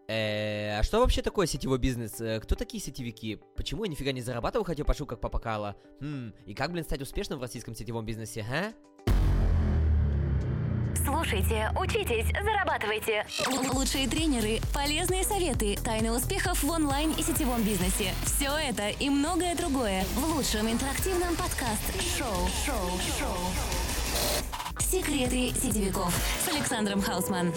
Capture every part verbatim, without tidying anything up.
Э, а что вообще такое сетевой бизнес? Э, Кто такие сетевики? Почему я нифига не зарабатывал, хотя пошел как папа Карло? Хм, и как, блин, стать успешным в российском сетевом бизнесе, а? Слушайте, учитесь, зарабатывайте. Л- Лучшие тренеры, полезные советы, тайны успехов в онлайн и сетевом бизнесе. Все это и многое другое в лучшем интерактивном подкаст-шоу. Шоу, шоу. Секреты сетевиков с Александром Хаусман.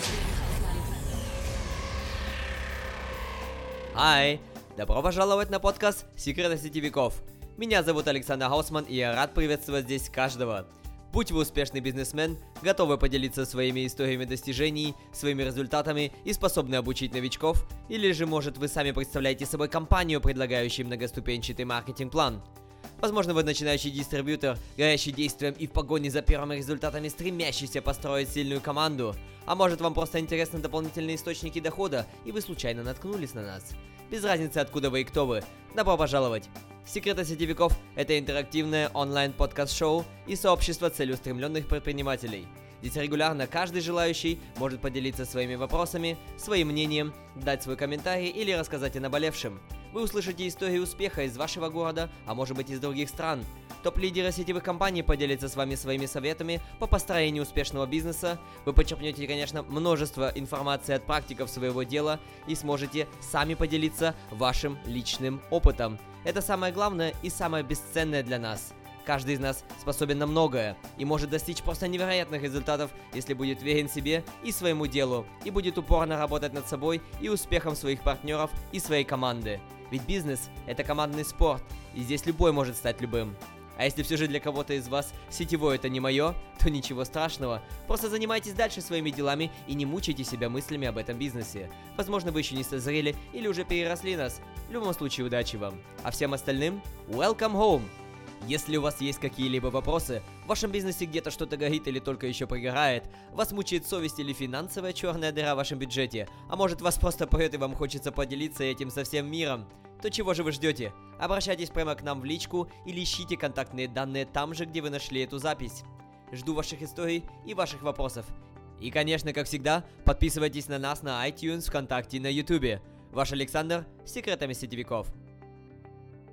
Ай! Добро пожаловать на подкаст «Секреты сетевиков». Меня зовут Александр Хаусман, и я рад приветствовать здесь каждого. Будь вы успешный бизнесмен, готовы поделиться своими историями достижений, своими результатами и способны обучить новичков, или же, может, вы сами представляете собой компанию, предлагающую многоступенчатый маркетинг-план. Возможно, вы начинающий дистрибьютор, горящий действием и в погоне за первыми результатами стремящийся построить сильную команду. А может, вам просто интересны дополнительные источники дохода, и вы случайно наткнулись на нас. Без разницы, откуда вы и кто вы. Добро пожаловать! Секреты сетевиков – это интерактивное онлайн-подкаст-шоу и сообщество целеустремленных предпринимателей. Здесь регулярно каждый желающий может поделиться своими вопросами, своим мнением, дать свой комментарий или рассказать о наболевшем. Вы услышите истории успеха из вашего города, а может быть из других стран. Топ-лидеры сетевых компаний поделятся с вами своими советами по построению успешного бизнеса. Вы почерпнете, конечно, множество информации от практиков своего дела и сможете сами поделиться вашим личным опытом. Это самое главное и самое бесценное для нас. Каждый из нас способен на многое и может достичь просто невероятных результатов, если будет верен себе и своему делу, и будет упорно работать над собой и успехом своих партнеров и своей команды. Ведь бизнес – это командный спорт, и здесь любой может стать любым. А если все же для кого-то из вас сетевое это не мое, то ничего страшного. Просто занимайтесь дальше своими делами и не мучайте себя мыслями об этом бизнесе. Возможно, вы еще не созрели или уже переросли нас. В любом случае, удачи вам. А всем остальным – welcome home! Если у вас есть какие-либо вопросы, в вашем бизнесе где-то что-то горит или только еще пригорает, вас мучает совесть или финансовая черная дыра в вашем бюджете, а может вас просто прет и вам хочется поделиться этим со всем миром, то чего же вы ждете? Обращайтесь прямо к нам в личку или ищите контактные данные там же, где вы нашли эту запись. Жду ваших историй и ваших вопросов. И, конечно, как всегда, подписывайтесь на нас на iTunes, ВКонтакте и на YouTube. Ваш Александр с секретами сетевиков.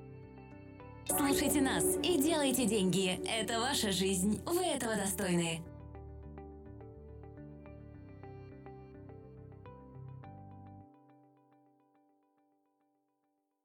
Слушайте нас и делайте деньги. Это ваша жизнь. Вы этого достойны.